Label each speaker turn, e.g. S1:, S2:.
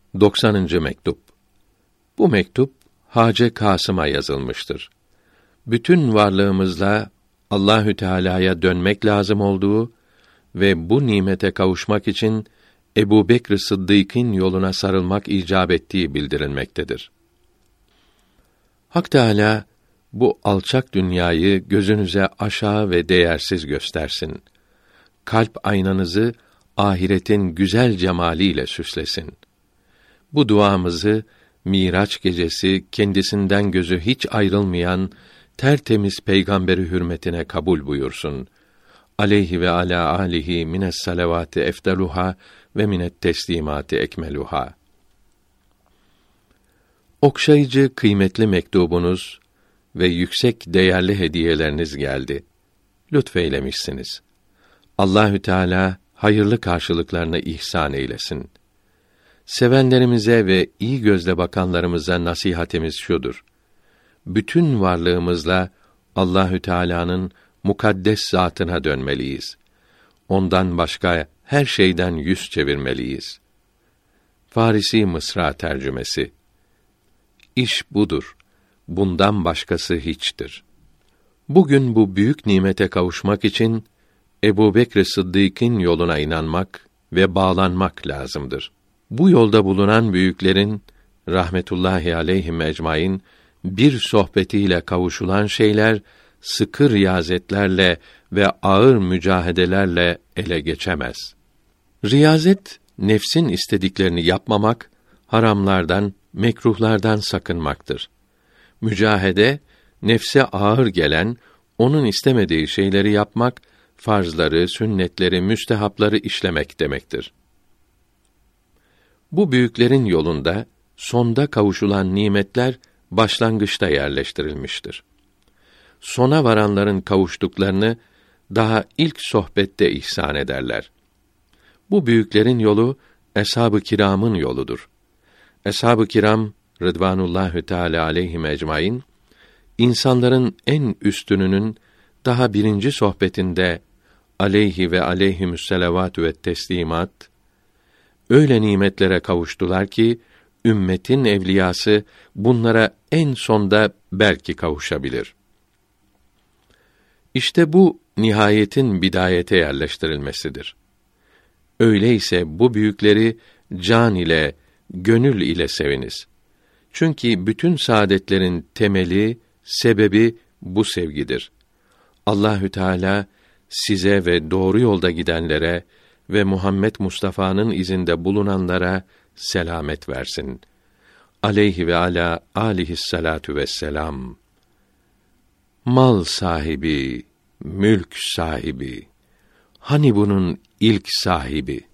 S1: 90. mektup. Bu mektup Hacı Kasım'a yazılmıştır. Bütün varlığımızla Allahü Teala'ya dönmek lazım olduğu ve bu nimete kavuşmak için Ebu Bekr Sıddık'ın yoluna sarılmak icap ettiği bildirilmektedir. Hak Teâlâ bu alçak dünyayı gözünüze aşağı ve değersiz göstersin. Kalp aynanızı ahiretin güzel cemaliyle süslesin. Bu duamızı Miraç gecesi kendisinden gözü hiç ayrılmayan tertemiz peygamberi hürmetine kabul buyursun. Aleyhi ve ala alihi mines salavati efdaluha ve minet teslimati ekmeluha. Okşayıcı kıymetli mektubunuz ve yüksek değerli hediyeleriniz geldi. Lütfeylemişsiniz. Allahü Teala hayırlı karşılıklarını ihsan eylesin. Sevenlerimize ve iyi gözle bakanlarımıza nasihatimiz şudur: bütün varlığımızla Allahü Teala'nın mukaddes zatına dönmeliyiz. Ondan başka her şeyden yüz çevirmeliyiz. Farisi Mısra tercümesi. İş budur. Bundan başkası hiçtir. Bugün bu büyük nimete kavuşmak için Ebu Bekr Sıddık'ın yoluna inanmak ve bağlanmak lazımdır. Bu yolda bulunan büyüklerin rahmetullahi aleyhim ecmaîn bir sohbetiyle kavuşulan şeyler sıkı riyazetlerle ve ağır mücahedelerle ele geçemez. Riyazet, nefsin istediklerini yapmamak, haramlardan, mekruhlardan sakınmaktır. Mücahede, nefse ağır gelen, onun istemediği şeyleri yapmak, farzları, sünnetleri, müstehapları işlemek demektir. Bu büyüklerin yolunda sonda kavuşulan nimetler başlangıçta yerleştirilmiştir. Sona varanların kavuştuklarını daha ilk sohbette ihsan ederler. Bu büyüklerin yolu eshab-ı kiramın yoludur. Eshab-ı kiram Rıdvanullahü Teâlâ aleyhim ecmaîn insanların en üstününün daha birinci sohbetinde aleyhi ve aleyhimüsselavatü ve teslimat öyle nimetlere kavuştular ki ümmetin evliyası bunlara en sonda belki kavuşabilir. İşte bu nihayetin bidayete yerleştirilmesidir. Öyleyse bu büyükleri can ile, gönül ile seviniz. Çünkü bütün saadetlerin temeli, sebebi bu sevgidir. Allahü Teala size ve doğru yolda gidenlere ve Muhammed Mustafa'nın izinde bulunanlara selamet versin. Aleyhi ve ala alihissalatu vesselam. Mal sahibi, mülk sahibi, hani bunun ilk sahibi?